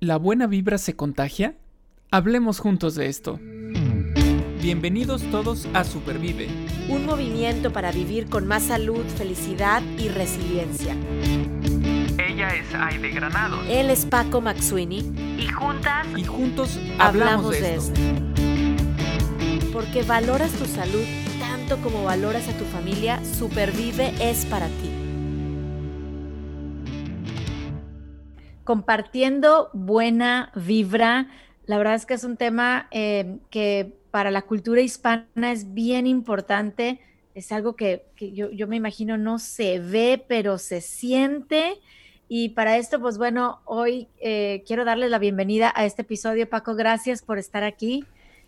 ¿La buena vibra se contagia? Hablemos juntos de esto. Bienvenidos todos a Supervive. Un movimiento para vivir con más salud, felicidad y resiliencia. Ella es Aide Granados. Él es Paco Maxuini. Y juntos hablamos de esto. Porque valoras tu salud tanto como valoras a tu familia, Supervive es para ti. Compartiendo buena vibra. La verdad es que es un tema que para la cultura hispana es bien importante. Es algo que yo me imagino no se ve, pero se siente. Y para esto, pues bueno, hoy quiero darles la bienvenida a este episodio. Paco, gracias por estar aquí.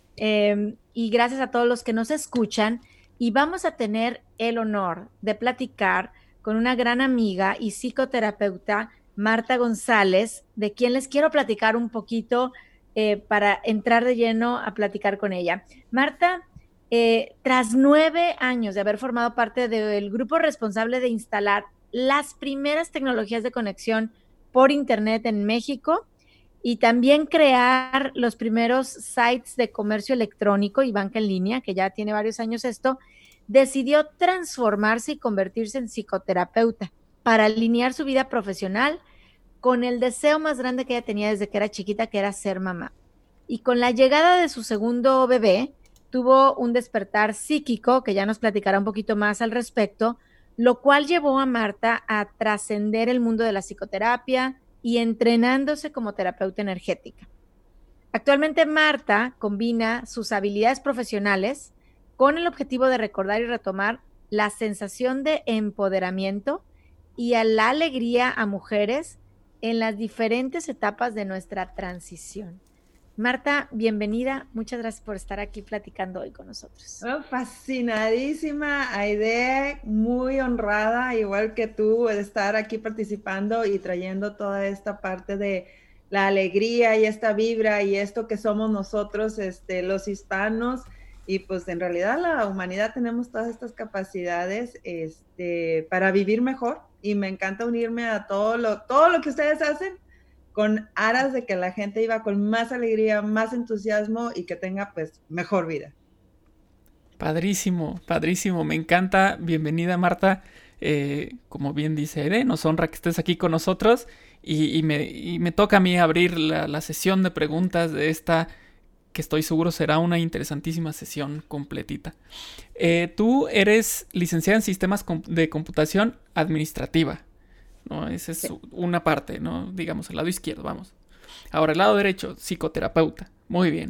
Y gracias a todos los que nos escuchan. Y vamos a tener el honor de platicar con una gran amiga y psicoterapeuta, Marta González, de quien les quiero platicar un poquito para entrar de lleno a platicar con ella. Marta, tras 9 años de haber formado parte del grupo responsable de instalar las primeras tecnologías de conexión por Internet en México y también crear los primeros sites de comercio electrónico y banca en línea, que ya tiene varios años esto, decidió transformarse y convertirse en psicoterapeuta para alinear su vida profesional con el deseo más grande que ella tenía desde que era chiquita, que era ser mamá. Y con la llegada de su segundo bebé, tuvo un despertar psíquico, que ya nos platicará un poquito más al respecto, lo cual llevó a Marta a trascender el mundo de la psicoterapia y entrenándose como terapeuta energética. Actualmente Marta combina sus habilidades profesionales con el objetivo de recordar y retomar la sensación de empoderamiento y a la alegría a mujeres en las diferentes etapas de nuestra transición. Marta, bienvenida. Muchas gracias por estar aquí platicando hoy con nosotros. Oh, fascinadísima, Aide, muy honrada, igual que tú, de estar aquí participando y trayendo toda esta parte de la alegría y esta vibra y esto que somos nosotros, los hispanos. Y pues en realidad la humanidad tenemos todas estas capacidades para vivir mejor, y me encanta unirme a todo lo que ustedes hacen con aras de que la gente iba con más alegría, más entusiasmo y que tenga pues mejor vida. Padrísimo, padrísimo, me encanta. Bienvenida, Marta. Como bien dice Ere, nos honra que estés aquí con nosotros y me toca a mí abrir la sesión de preguntas de esta, que estoy seguro será una interesantísima sesión completita. Tú eres licenciada en Sistemas de Computación Administrativa, ¿no? Esa es una parte, ¿no? Digamos, el lado izquierdo, vamos. Ahora, el lado derecho, psicoterapeuta. Muy bien.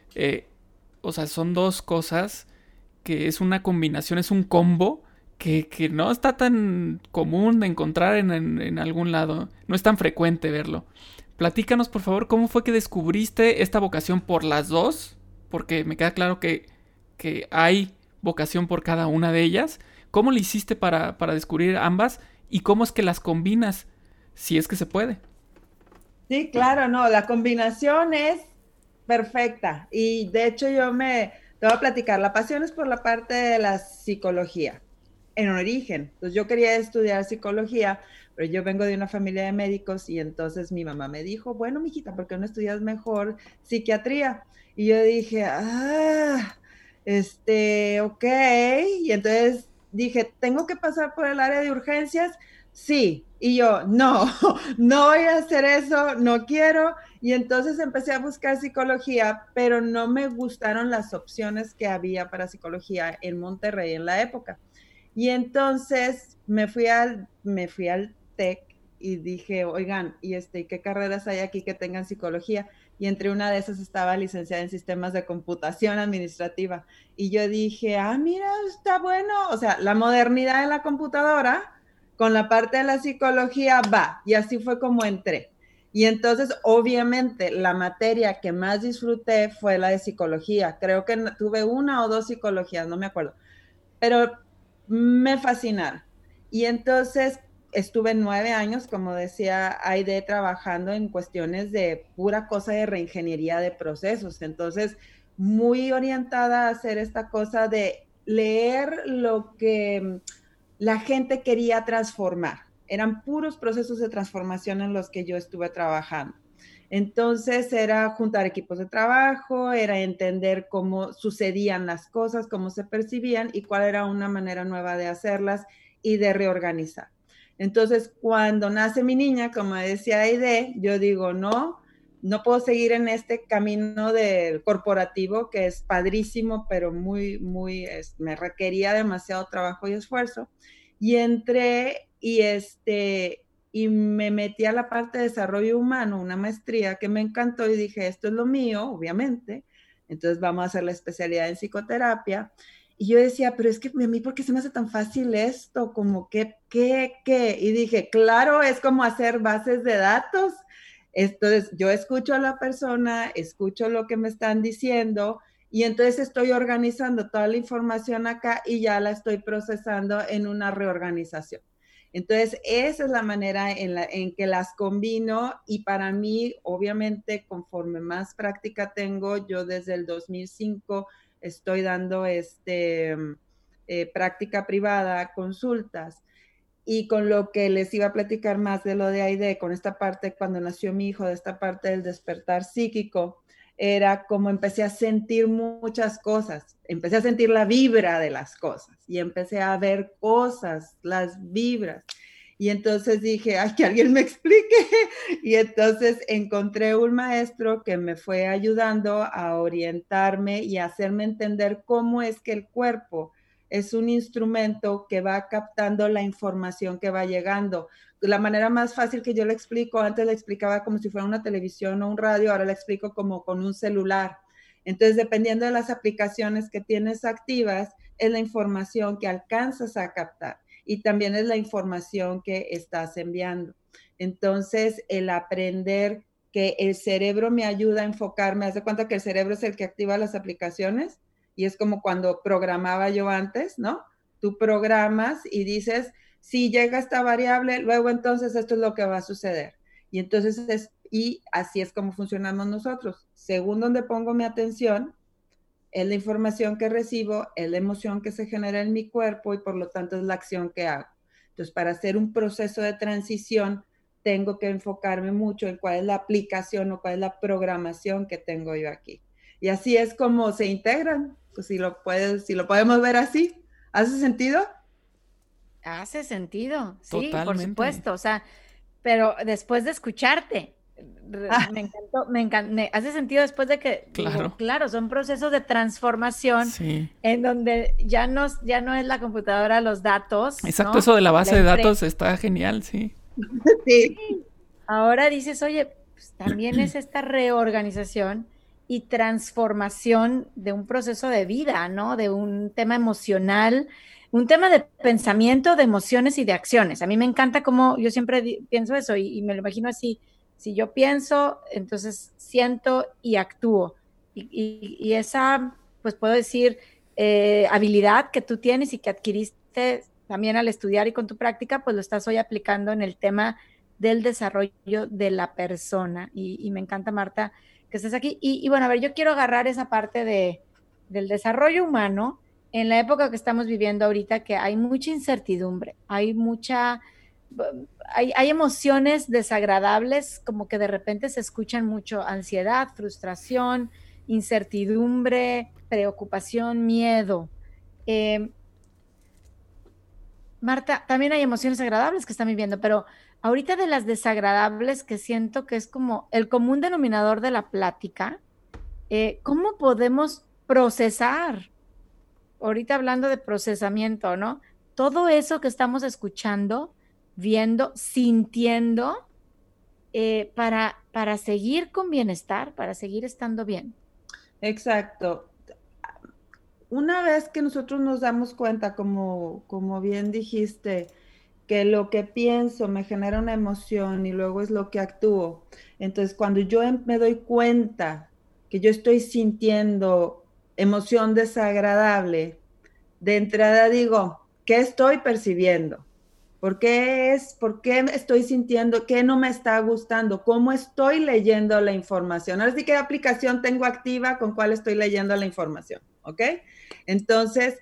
O sea, son dos cosas que es una combinación, es un combo que no está tan común de encontrar en algún lado. No es tan frecuente verlo. Platícanos, por favor, cómo fue que descubriste esta vocación por las dos, porque me queda claro que hay vocación por cada una de ellas. ¿Cómo lo hiciste para descubrir ambas y cómo es que las combinas, si es que se puede? Sí, claro, no, la combinación es perfecta, y de hecho te voy a platicar. La pasión es por la parte de la psicología en origen. Entonces yo quería estudiar psicología, pero yo vengo de una familia de médicos, y entonces mi mamá me dijo, bueno, mijita, ¿por qué no estudias mejor psiquiatría? Y yo dije, ok. Y entonces dije, ¿tengo que pasar por el área de urgencias? Sí. Y yo, no voy a hacer eso, no quiero. Y entonces empecé a buscar psicología, pero no me gustaron las opciones que había para psicología en Monterrey en la época. Y entonces me fui al TEC y dije, oigan, ¿qué carreras hay aquí que tengan psicología? Y entre una de esas estaba licenciada en Sistemas de Computación Administrativa. Y yo dije, mira, está bueno. O sea, la modernidad en la computadora con la parte de la psicología va. Y así fue como entré. Y entonces, obviamente, la materia que más disfruté fue la de psicología. Creo que tuve 1 o 2 psicologías, no me acuerdo. Pero me fascinaron. Y entonces estuve 9 años, como decía Aide, trabajando en cuestiones de pura cosa de reingeniería de procesos. Entonces, muy orientada a hacer esta cosa de leer lo que la gente quería transformar. Eran puros procesos de transformación en los que yo estuve trabajando. Entonces era juntar equipos de trabajo, era entender cómo sucedían las cosas, cómo se percibían y cuál era una manera nueva de hacerlas y de reorganizar. Entonces, cuando nace mi niña, como decía Aide, yo digo, no puedo seguir en este camino del corporativo que es padrísimo, pero me requería demasiado trabajo y esfuerzo. Y entré y me metí a la parte de desarrollo humano, una maestría que me encantó y dije, esto es lo mío, obviamente, entonces vamos a hacer la especialidad en psicoterapia. Y yo decía, pero es que a mí, ¿por qué se me hace tan fácil esto? Como, ¿qué? Y dije, claro, es como hacer bases de datos. Entonces, yo escucho a la persona, escucho lo que me están diciendo y entonces estoy organizando toda la información acá y ya la estoy procesando en una reorganización. Entonces, esa es la manera en que las combino y para mí, obviamente, conforme más práctica tengo, yo desde el 2005 estoy dando práctica privada, consultas. Y con lo que les iba a platicar más de lo de Aide, con esta parte, cuando nació mi hijo, de esta parte del despertar psíquico, era como empecé a sentir muchas cosas, empecé a sentir la vibra de las cosas y empecé a ver cosas, las vibras. Y entonces dije, ay, que alguien me explique. Y entonces encontré un maestro que me fue ayudando a orientarme y a hacerme entender cómo es que el cuerpo es un instrumento que va captando la información que va llegando. La manera más fácil que yo le explico, antes le explicaba como si fuera una televisión o un radio, ahora le explico como con un celular. Entonces, dependiendo de las aplicaciones que tienes activas, es la información que alcanzas a captar y también es la información que estás enviando. Entonces, el aprender que el cerebro me ayuda a enfocarme, haz de cuenta que el cerebro es el que activa las aplicaciones, y es como cuando programaba yo antes, ¿no? Tú programas y dices, si llega esta variable, luego entonces esto es lo que va a suceder. Y entonces y así es como funcionamos nosotros. Según donde pongo mi atención, es la información que recibo, es la emoción que se genera en mi cuerpo y por lo tanto es la acción que hago. Entonces, para hacer un proceso de transición, tengo que enfocarme mucho en cuál es la aplicación o cuál es la programación que tengo yo aquí. Y así es como se integran, pues si lo podemos ver así. ¿Hace sentido? Hace sentido, sí, por Totalmente. supuesto. O sea, pero después de escucharte, Ah, me encantó, me hace sentido después de que digo, Claro. claro, son procesos de transformación Sí. en donde ya no es la computadora, los datos, Exacto, ¿no? eso de la La base de empresa. datos está genial, sí. sí, Ahora dices, oye, pues también es esta reorganización y transformación de un proceso de vida, ¿no? De un tema emocional, un tema de pensamiento, de emociones y de acciones. A mí me encanta cómo yo siempre pienso eso y me lo imagino así. Si yo pienso, entonces siento y actúo. Y esa, pues puedo decir, habilidad que tú tienes y que adquiriste también al estudiar y con tu práctica, pues lo estás hoy aplicando en el tema del desarrollo de la persona. Y me encanta, Marta, que estés aquí. Bueno, a ver, yo quiero agarrar esa parte del desarrollo humano en la época que estamos viviendo ahorita, que hay mucha incertidumbre, hay emociones desagradables, como que de repente se escuchan mucho ansiedad, frustración, incertidumbre, preocupación, miedo. Eh, Marta, también hay emociones agradables que están viviendo, pero ahorita de las desagradables que siento que es como el común denominador de la plática, ¿cómo podemos procesar? Ahorita hablando de procesamiento, ¿no? Todo eso que estamos escuchando, viendo, sintiendo, para seguir con bienestar, para seguir estando bien. exacto. Una vez que nosotros nos damos cuenta, como bien dijiste, que lo que pienso me genera una emoción y luego es lo que actúo. Entonces, cuando yo me doy cuenta que yo estoy sintiendo emoción desagradable, de entrada digo, ¿qué estoy percibiendo? ¿Por qué estoy sintiendo? ¿Qué no me está gustando? ¿Cómo estoy leyendo la información? Ahora sí, ¿qué aplicación tengo activa con cuál estoy leyendo la información? ¿Ok? Entonces,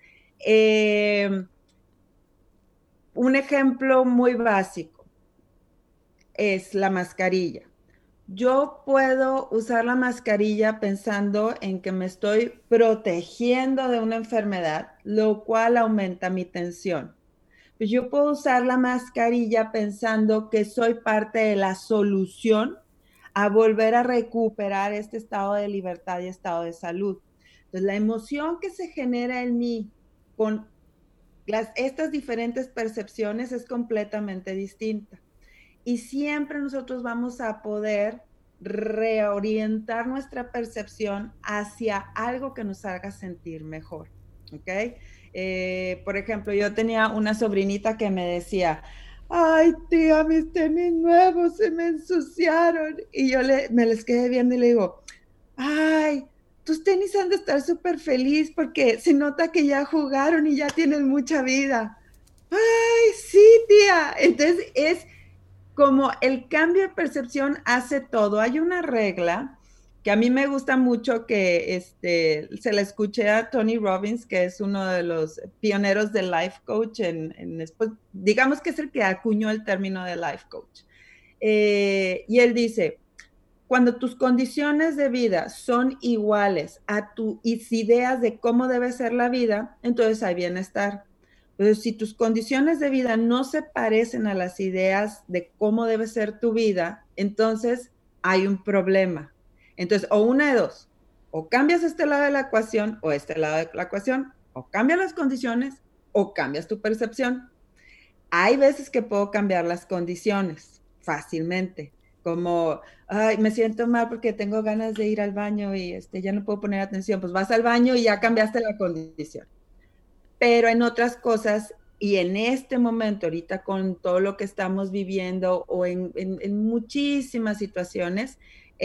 un ejemplo muy básico es la mascarilla. Yo puedo usar la mascarilla pensando en que me estoy protegiendo de una enfermedad, lo cual aumenta mi tensión. Pues yo puedo usar la mascarilla pensando que soy parte de la solución a volver a recuperar este estado de libertad y estado de salud. Entonces, la emoción que se genera en mí con estas diferentes percepciones es completamente distinta. Y siempre nosotros vamos a poder reorientar nuestra percepción hacia algo que nos haga sentir mejor. ¿Ok? Por ejemplo, yo tenía una sobrinita que me decía, ay tía, mis tenis nuevos se me ensuciaron. Y yo me les quedé viendo y le digo, ay, tus tenis han de estar súper feliz porque se nota que ya jugaron y ya tienen mucha vida. Ay, sí, tía. Entonces es como el cambio de percepción hace todo. Hay una regla que a mí me gusta mucho que se la escuché a Tony Robbins, que es uno de los pioneros del life coach, digamos que es el que acuñó el término de life coach. Y él dice, cuando tus condiciones de vida son iguales a tus ideas de cómo debe ser la vida, entonces hay bienestar. Pero si tus condiciones de vida no se parecen a las ideas de cómo debe ser tu vida, entonces hay un problema. Entonces, o una de dos, o cambias este lado de la ecuación o este lado de la ecuación, o cambias las condiciones o cambias tu percepción. Hay veces que puedo cambiar las condiciones fácilmente, como, ay, me siento mal porque tengo ganas de ir al baño y ya no puedo poner atención, pues vas al baño y ya cambiaste la condición. Pero en otras cosas, y en este momento, ahorita con todo lo que estamos viviendo o en muchísimas situaciones,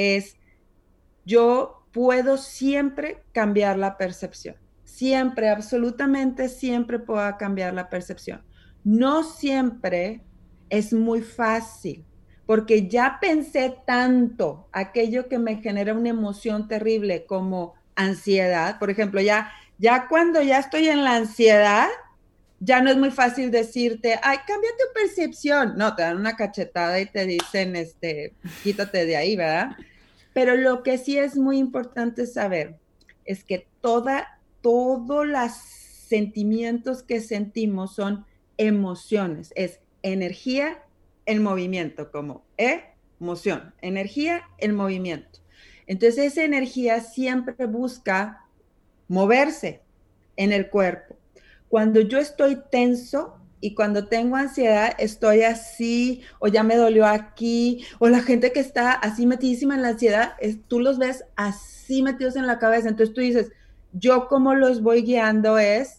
yo puedo siempre cambiar la percepción. Siempre, absolutamente siempre puedo cambiar la percepción. No siempre es muy fácil, porque ya pensé tanto aquello que me genera una emoción terrible como ansiedad. Por ejemplo, ya cuando ya estoy en la ansiedad, ya no es muy fácil decirte, ay, cambia tu percepción. No, te dan una cachetada y te dicen, quítate de ahí, ¿verdad? Pero lo que sí es muy importante saber es que todos los sentimientos que sentimos son emociones, es energía en movimiento, como emoción, energía en movimiento. Entonces esa energía siempre busca moverse en el cuerpo. Cuando yo estoy tenso y cuando tengo ansiedad estoy así, o ya me dolió aquí, o la gente que está así metidísima en la ansiedad, tú los ves así metidos en la cabeza. Entonces tú dices, yo como los voy guiando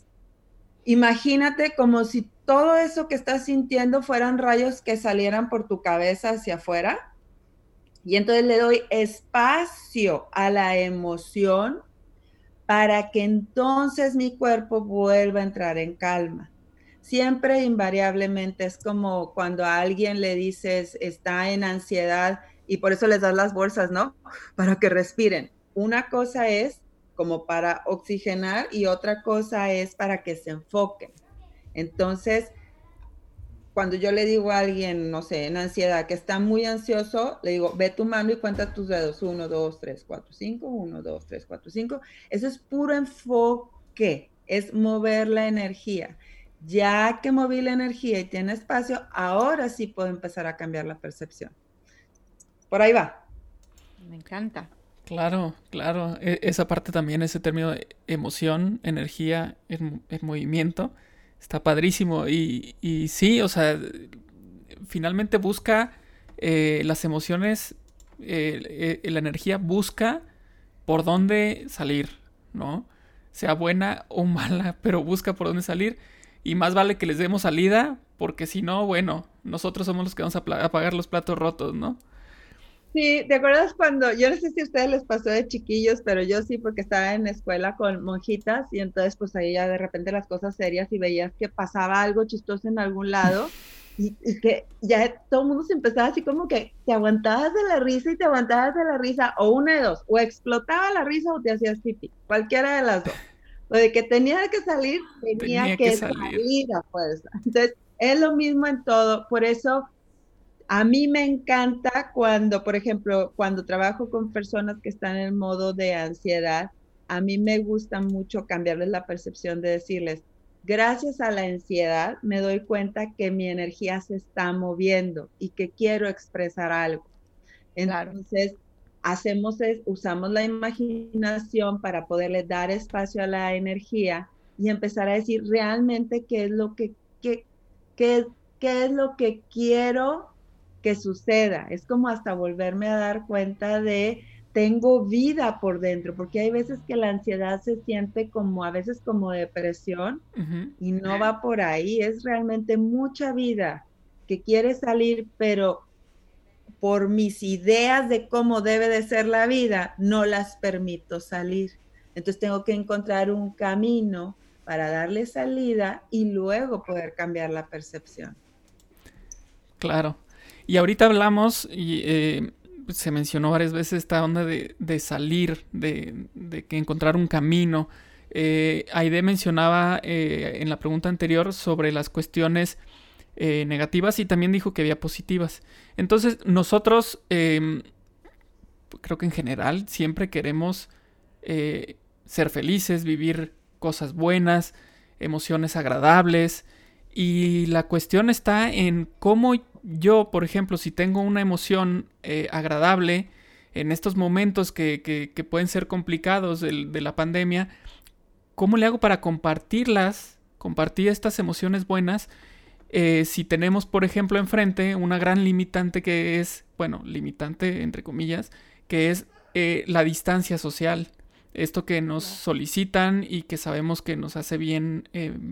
imagínate como si todo eso que estás sintiendo fueran rayos que salieran por tu cabeza hacia afuera. Y entonces le doy espacio a la emoción para que entonces mi cuerpo vuelva a entrar en calma. Siempre invariablemente es como cuando a alguien le dices está en ansiedad y por eso les das las bolsas, ¿no? Para que respiren. Una cosa es como para oxigenar y otra cosa es para que se enfoquen. Entonces, cuando yo le digo a alguien, no sé, en ansiedad, que está muy ansioso, le digo, ve tu mano y cuenta tus dedos. 1, 2, 3, 4, 5. 1, 2, 3, 4, 5. Eso es puro enfoque, es mover la energía. Ya que moví la energía y tiene espacio, ahora sí puedo empezar a cambiar la percepción. Por ahí va. Me encanta. Claro, claro. Esa parte también, ese término de emoción, energía, en movimiento, está padrísimo. Y sí, o sea, finalmente busca las emociones, la energía busca por dónde salir, ¿no? Sea buena o mala, pero busca por dónde salir. Y más vale que les demos salida, porque si no, bueno, nosotros somos los que vamos a pagar los platos rotos, ¿no? Sí, ¿te acuerdas cuando, yo no sé si a ustedes les pasó de chiquillos, pero yo sí, porque estaba en escuela con monjitas y entonces pues ahí ya de repente las cosas serias y veías que pasaba algo chistoso en algún lado y que ya todo el mundo se empezaba así como que te aguantabas de la risa y te aguantabas de la risa, o una de dos, o explotaba la risa o te hacías pipí, cualquiera de las dos. Lo de que tenía que salir, tenía que salir a fuerza. Entonces, es lo mismo en todo, por eso A mí me encanta cuando, por ejemplo, cuando trabajo con personas que están en modo de ansiedad, a mí me gusta mucho cambiarles la percepción de decirles, gracias a la ansiedad me doy cuenta que mi energía se está moviendo y que quiero expresar algo. Claro. Entonces, usamos la imaginación para poderle dar espacio a la energía y empezar a decir realmente qué es lo qué, qué, qué es lo que quiero que suceda. Es como hasta volverme a dar cuenta de tengo vida por dentro, porque hay veces que la ansiedad se siente como a veces como depresión y no va por ahí, es realmente mucha vida que quiere salir, pero por mis ideas de cómo debe de ser la vida, no las permito salir. Entonces tengo que encontrar un camino para darle salida y luego poder cambiar la percepción. Claro. Y ahorita hablamos y se mencionó varias veces esta onda de salir, de que encontrar un camino. Aide mencionaba en la pregunta anterior sobre las cuestiones negativas y también dijo que había positivas. Entonces nosotros creo que en general siempre queremos ser felices, vivir cosas buenas, emociones agradables. Y la cuestión está en cómo yo, por ejemplo, si tengo una emoción agradable en estos momentos que pueden ser complicados de la pandemia, ¿cómo le hago para compartirlas, compartir estas emociones buenas? Si tenemos, por ejemplo, enfrente una gran limitante que es, bueno, limitante entre comillas, que es la distancia social. Esto que nos solicitan y que sabemos que nos hace bien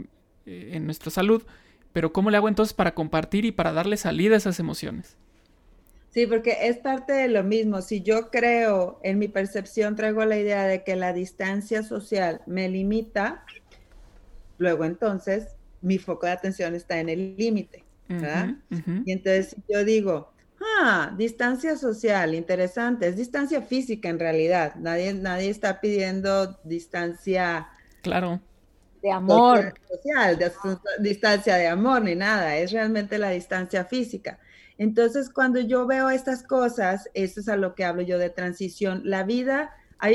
en nuestra salud. Pero ¿cómo le hago entonces para compartir y para darle salida a esas emociones? Sí, porque es parte de lo mismo. Si yo creo, en mi percepción, traigo la idea de que la distancia social me limita, luego entonces mi foco de atención está en el límite, ¿verdad? Y entonces yo digo, distancia social, interesante, es distancia física en realidad. Nadie está pidiendo distancia Claro. De amor. social, distancia de amor ni nada, es realmente la distancia física. Entonces, cuando yo veo estas cosas, eso es a lo que hablo yo de transición. La vida,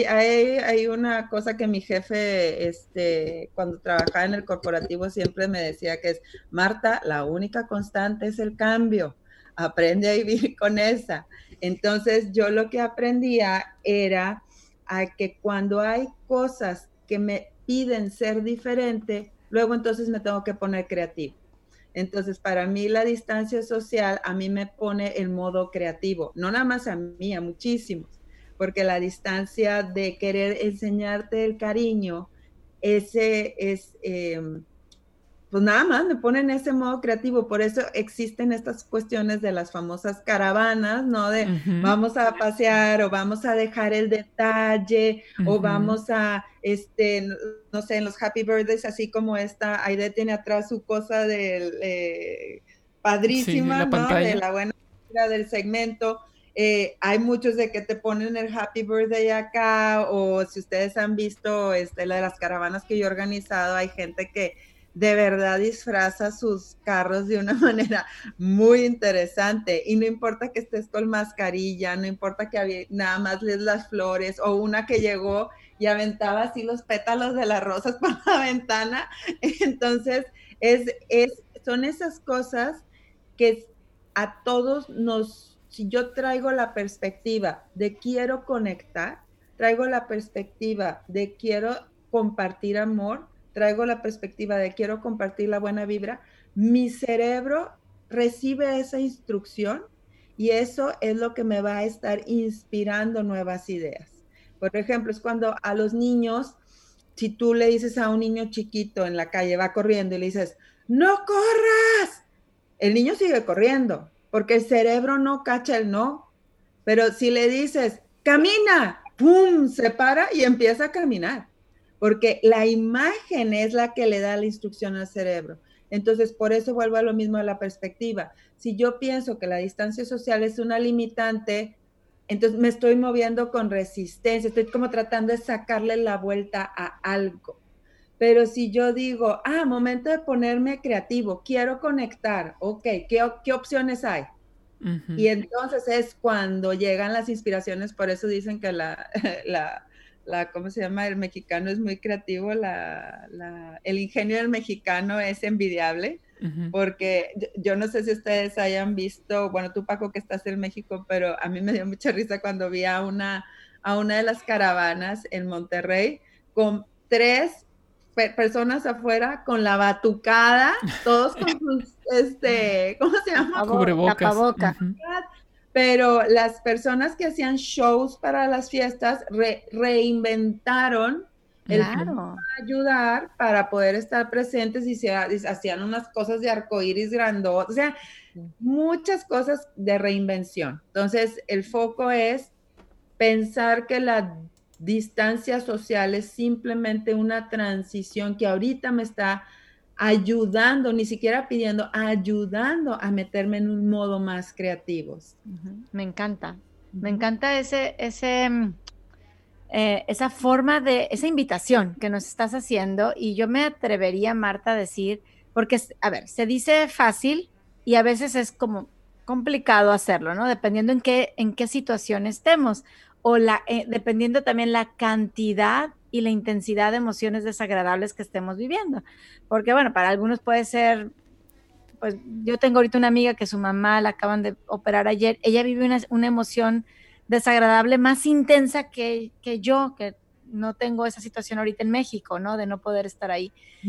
hay una cosa que mi jefe, cuando trabajaba en el corporativo, siempre me decía que es, Marta, la única constante es el cambio, aprende a vivir con esa. Entonces, yo lo que aprendía era a que cuando hay cosas que me piden ser diferente, luego entonces me tengo que poner creativo. Entonces, para mí la distancia social a mí me pone en modo creativo, no nada más a mí, a muchísimos, porque la distancia de querer enseñarte el cariño, ese es, pues nada más me pone en ese modo creativo. Por eso existen estas cuestiones de las famosas caravanas, ¿no? De vamos a pasear o vamos a dejar el detalle o vamos a, no sé, en los Happy Birthdays, así como esta, Aide tiene atrás su cosa del padrísima, sí, la ¿no? pantalla. De la buena del segmento. Hay muchos de que te ponen el Happy Birthday acá, o si ustedes han visto la de las caravanas que yo he organizado, hay gente que de verdad disfraza sus carros de una manera muy interesante y no importa que estés con mascarilla, no importa que nada más lees las flores o una que llegó y aventaba así los pétalos de las rosas por la ventana. Entonces, son esas cosas que a todos si yo traigo la perspectiva de quiero conectar, traigo la perspectiva de quiero compartir amor, traigo la perspectiva de quiero compartir la buena vibra, mi cerebro recibe esa instrucción y eso es lo que me va a estar inspirando nuevas ideas. Por ejemplo, es cuando a los niños, si tú le dices a un niño chiquito en la calle, va corriendo y le dices, no corras, el niño sigue corriendo porque el cerebro no cacha el no. Pero si le dices, camina, ¡pum!, se para y empieza a caminar porque la imagen es la que le da la instrucción al cerebro. Entonces, por eso vuelvo a lo mismo de la perspectiva. Si yo pienso que la distancia social es una limitante, entonces me estoy moviendo con resistencia, estoy como tratando de sacarle la vuelta a algo. Pero si yo digo, momento de ponerme creativo, quiero conectar, ok, ¿qué opciones hay? Y entonces es cuando llegan las inspiraciones, por eso dicen que ¿cómo se llama? El mexicano es muy creativo, el ingenio del mexicano es envidiable, porque yo no sé si ustedes hayan visto, bueno, tú Paco que estás en México, pero a mí me dio mucha risa cuando vi a una de las caravanas en Monterrey con 3 personas afuera con la batucada, todos con sus, ¿cómo se llama? Cubrebocas. Tapaboca. Pero las personas que hacían shows para las fiestas reinventaron el cómo ayudar para poder estar presentes y hacían unas cosas de arcoíris grandotas, o sea, muchas cosas de reinvención. Entonces, el foco es pensar que la distancia social es simplemente una transición que ahorita me está ayudando, ni siquiera pidiendo, ayudando a meterme en un modo más creativo. Me encanta esa forma de, esa invitación que nos estás haciendo, y yo me atrevería, Marta, a decir, porque, a ver, se dice fácil y a veces es como complicado hacerlo, ¿no? Dependiendo en qué situación estemos, o dependiendo también la cantidad y la intensidad de emociones desagradables que estemos viviendo. Porque, bueno, para algunos puede ser, pues yo tengo ahorita una amiga que su mamá la acaban de operar ayer, ella vive una emoción desagradable más intensa que yo, que no tengo esa situación ahorita en México, ¿no? De no poder estar ahí.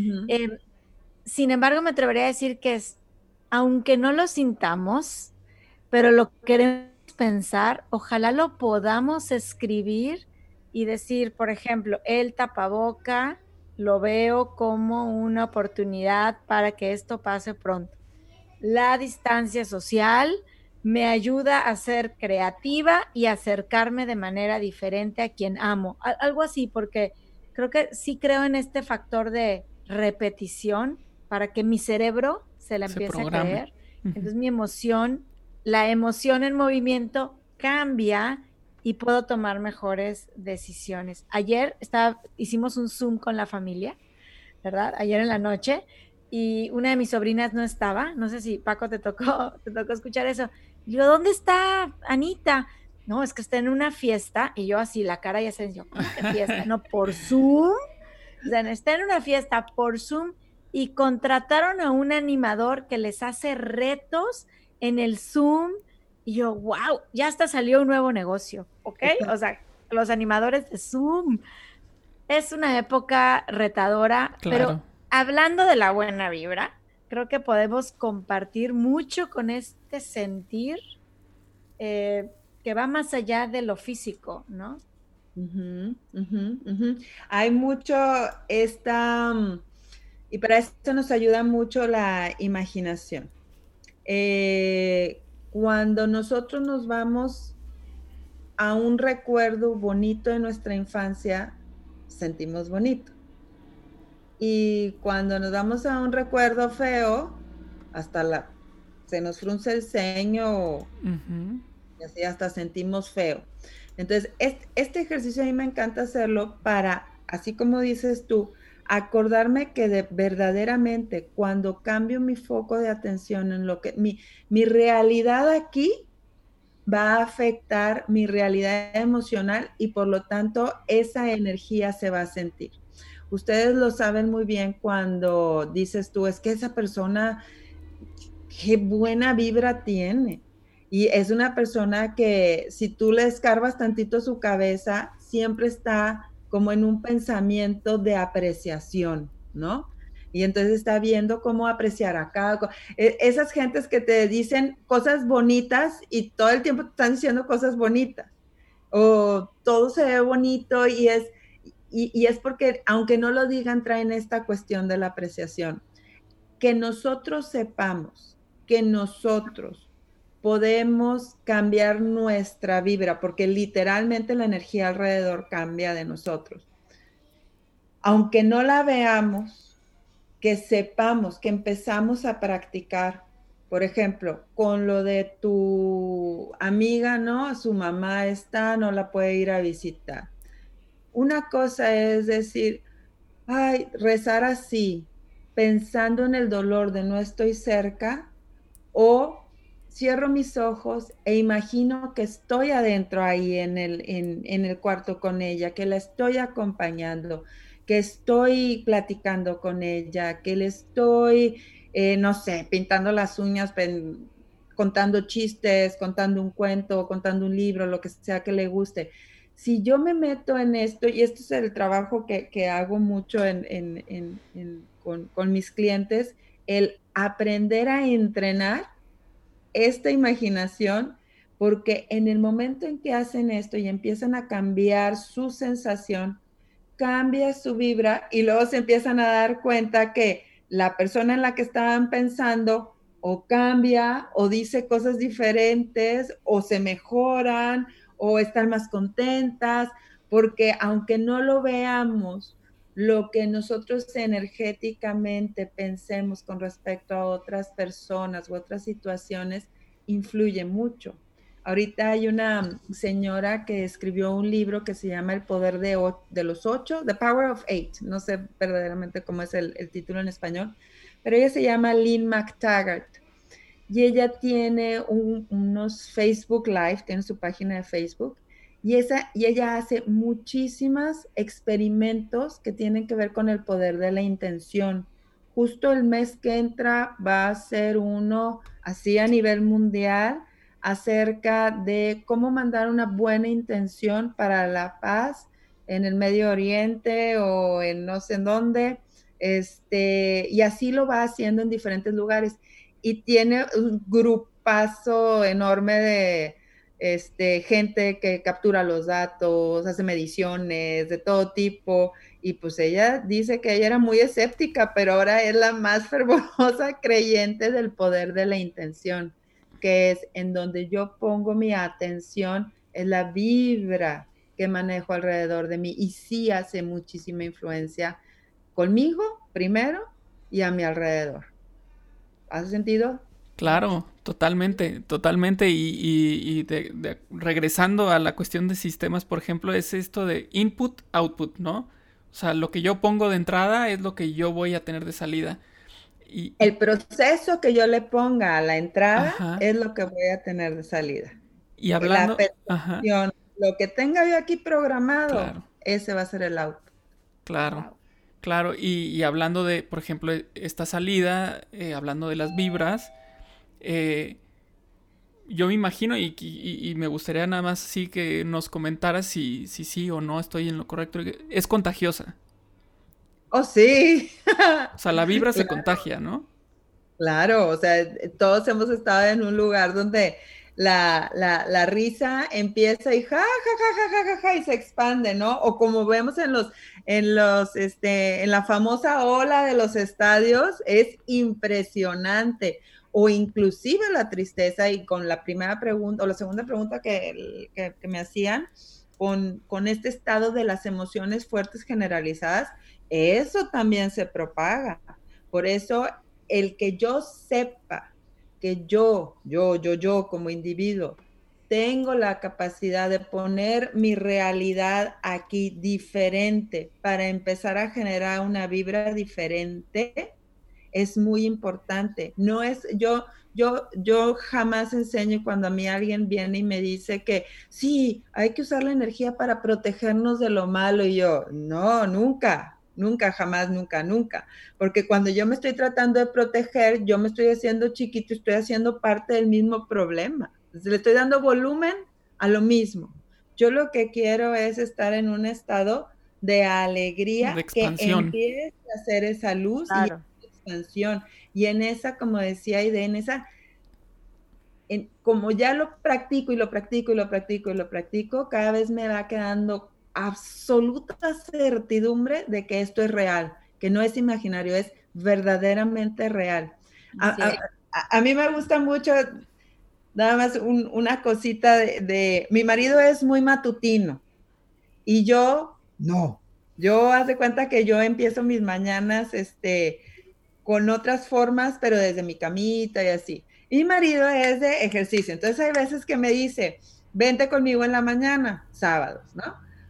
Sin embargo, me atrevería a decir que aunque no lo sintamos, pero lo queremos pensar, ojalá lo podamos escribir y decir, por ejemplo, el tapaboca lo veo como una oportunidad para que esto pase pronto. La distancia social me ayuda a ser creativa y acercarme de manera diferente a quien amo. Algo así, porque sí creo en este factor de repetición para que mi cerebro se la empiece a creer. Entonces la emoción en movimiento cambia y puedo tomar mejores decisiones. Ayer hicimos un Zoom con la familia, ¿verdad? Ayer en la noche, y una de mis sobrinas no estaba. No sé si Paco te tocó escuchar eso. Y yo, ¿dónde está Anita? No, es que está en una fiesta. Y yo así, la cara ya se encendió. ¿Cómo que fiesta? No, por Zoom. O sea, está en una fiesta por Zoom y contrataron a un animador que les hace retos en el Zoom. Y yo, wow, ya hasta salió un nuevo negocio, ¿ok? O sea, los animadores de Zoom. Es una época retadora, pero hablando de la buena vibra, creo que podemos compartir mucho con este sentir que va más allá de lo físico, ¿no? Hay mucho y para esto nos ayuda mucho la imaginación. Cuando nosotros nos vamos a un recuerdo bonito de nuestra infancia, sentimos bonito. Y cuando nos vamos a un recuerdo feo, se nos frunce el ceño y así hasta sentimos feo. Entonces, este ejercicio a mí me encanta hacerlo para, así como dices tú, acordarme que verdaderamente cuando cambio mi foco de atención en lo que mi realidad aquí va a afectar mi realidad emocional y por lo tanto esa energía se va a sentir. Ustedes lo saben muy bien cuando dices tú, es que esa persona, qué buena vibra tiene. Y es una persona que si tú le escarbas tantito su cabeza, siempre está como en un pensamiento de apreciación, ¿no? Y entonces está viendo cómo apreciar a cada cosa. Esas gentes que te dicen cosas bonitas y todo el tiempo te están diciendo cosas bonitas. O todo se ve bonito y es porque, aunque no lo digan, traen esta cuestión de la apreciación. Que nosotros sepamos que nosotros podemos cambiar nuestra vibra, porque literalmente la energía alrededor cambia de nosotros. Aunque no la veamos, que sepamos, que empezamos a practicar. Por ejemplo, con lo de tu amiga, ¿no? Su mamá no la puede ir a visitar. Una cosa es decir, ay, rezar así, pensando en el dolor de no estoy cerca, o cierro mis ojos e imagino que estoy adentro ahí en el cuarto con ella, que la estoy acompañando, que estoy platicando con ella, que le estoy, no sé, pintando las uñas, contando chistes, contando un cuento, contando un libro, lo que sea que le guste. Si yo me meto en esto, y esto es el trabajo que hago mucho con mis clientes, el aprender a entrenar esta imaginación, porque en el momento en que hacen esto y empiezan a cambiar su sensación, cambia su vibra y luego se empiezan a dar cuenta que la persona en la que estaban pensando o cambia o dice cosas diferentes o se mejoran o están más contentas, porque aunque no lo veamos, lo que nosotros energéticamente pensemos con respecto a otras personas u otras situaciones influye mucho. Ahorita hay una señora que escribió un libro que se llama El poder de los 8, The Power of Eight. No sé verdaderamente cómo es el título en español, pero ella se llama Lynn McTaggart. Y ella tiene unos Facebook Live, tiene su página de Facebook, y ella hace muchísimos experimentos que tienen que ver con el poder de la intención. Justo el mes que entra va a ser uno así a nivel mundial acerca de cómo mandar una buena intención para la paz en el Medio Oriente o en no sé en dónde, y así lo va haciendo en diferentes lugares y tiene un grupazo enorme de gente que captura los datos, hace mediciones de todo tipo, y pues ella dice que ella era muy escéptica, pero ahora es la más fervorosa creyente del poder de la intención, que es en donde yo pongo mi atención, es la vibra que manejo alrededor de mí, y sí hace muchísima influencia conmigo primero y a mi alrededor. ¿Hace sentido? Claro, totalmente, totalmente. Regresando a la cuestión de sistemas, por ejemplo, es esto de input, output, ¿no? O sea, lo que yo pongo de entrada es lo que yo voy a tener de salida. El proceso que yo le ponga a la entrada ajá. es lo que voy a tener de salida. Y La hablando, ajá, percepción, lo que tenga yo aquí programado, claro, ese va a ser el output. claro, Wow. claro. Y hablando de, por ejemplo, esta salida, hablando de las vibras, yo me imagino y me gustaría nada más sí que nos comentaras si sí o no estoy en lo correcto. Es contagiosa. Oh, sí. O sea, la vibra se Claro, contagia, ¿no? claro, o sea, todos hemos estado en un lugar donde la risa empieza y ja, ja, ja, ja, ja, ja, ja, y se expande, ¿no? O como vemos en la famosa ola de los estadios, es impresionante. O inclusive la tristeza, y con la primera pregunta, o la segunda pregunta que me hacían, con este estado de las emociones fuertes generalizadas, eso también se propaga. Por eso, el que yo sepa que yo como individuo tengo la capacidad de poner mi realidad aquí diferente para empezar a generar una vibra diferente, es muy importante. No es, yo jamás enseño cuando a mí alguien viene y me dice que sí, hay que usar la energía para protegernos de lo malo, y yo, no, nunca, nunca, jamás, nunca, nunca. Porque cuando yo me estoy tratando de proteger, yo me estoy haciendo chiquito, estoy haciendo parte del mismo problema. Entonces, le estoy dando volumen a lo mismo. Yo lo que quiero es estar en un estado de alegría De que expansión. empiece a hacer esa luz Claro. y expansión. Y en esa, como decía Aide, como ya lo practico y lo practico y lo practico y lo practico, cada vez me va quedando absoluta certidumbre de que esto es real, que no es imaginario, es verdaderamente real. A mí me gusta mucho, nada más una cosita mi marido es muy matutino y yo no. Yo haz de cuenta que yo empiezo mis mañanas con otras formas, pero desde mi camita y así. Y mi marido es de ejercicio. Entonces hay veces que me dice, vente conmigo en la mañana, sábados, ¿no?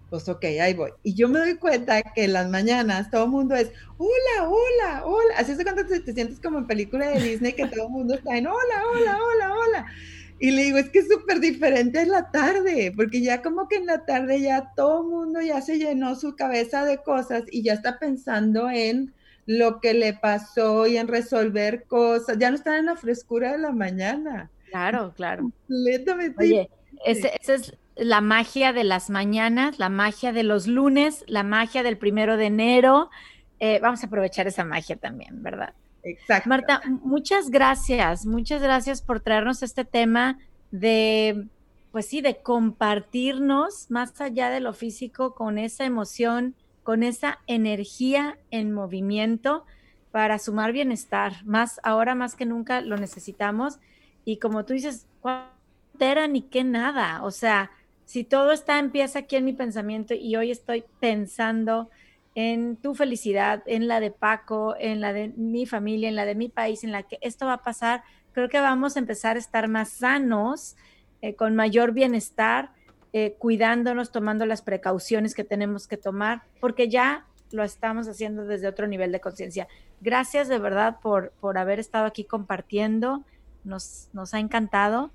Pues ok, ahí voy. Y yo me doy cuenta que en las mañanas todo el mundo es, hola, hola, hola. Así es cuando te sientes como en película de Disney que todo el mundo está en, hola, hola, hola, hola. Y le digo, es que es súper diferente en la tarde, porque ya como que en la tarde ya todo el mundo ya se llenó su cabeza de cosas y ya está pensando en lo que le pasó y en resolver cosas. Ya no están en la frescura de la mañana. Claro, claro. Completamente Oye, diferente. esa es la magia de las mañanas, la magia de los lunes, la magia del 1 de enero. Vamos a aprovechar esa magia también, ¿verdad? Exacto. Marta, muchas gracias por traernos este tema de, pues sí, de compartirnos más allá de lo físico con esa emoción, con esa energía en movimiento para sumar bienestar. Más ahora más que nunca lo necesitamos. Y como tú dices, ¿cuánto era ni qué nada? O sea, si todo empieza aquí en mi pensamiento y hoy estoy pensando en tu felicidad, en la de Paco, en la de mi familia, en la de mi país, en la que esto va a pasar, creo que vamos a empezar a estar más sanos, con mayor bienestar, cuidándonos, tomando las precauciones que tenemos que tomar, porque ya lo estamos haciendo desde otro nivel de conciencia. Gracias de verdad por haber estado aquí compartiendo, nos ha encantado.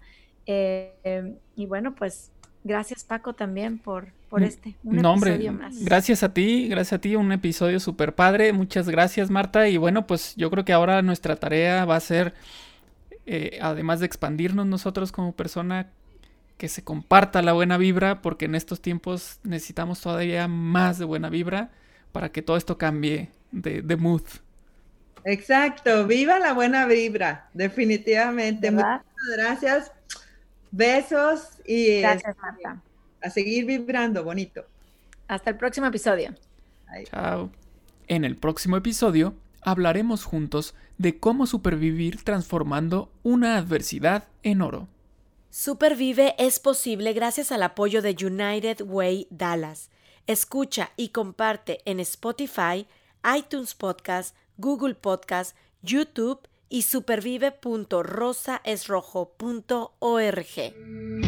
Y bueno, pues gracias Paco también por un No, hombre, episodio más. gracias a ti, un episodio súper padre, muchas gracias Marta, y bueno, pues yo creo que ahora nuestra tarea va a ser, además de expandirnos nosotros como persona, que se comparta la buena vibra, porque en estos tiempos necesitamos todavía más de buena vibra para que todo esto cambie de mood. Exacto, viva la buena vibra, definitivamente. ¿Verdad? Muchas gracias, besos y Gracias, Marta. a seguir vibrando bonito. Hasta el próximo episodio. Bye. Chao. En el próximo episodio hablaremos juntos de cómo supervivir transformando una adversidad en oro. Supervive es posible gracias al apoyo de United Way Dallas. Escucha y comparte en Spotify, iTunes Podcast, Google Podcast, YouTube y supervive.rosaesrojo.org.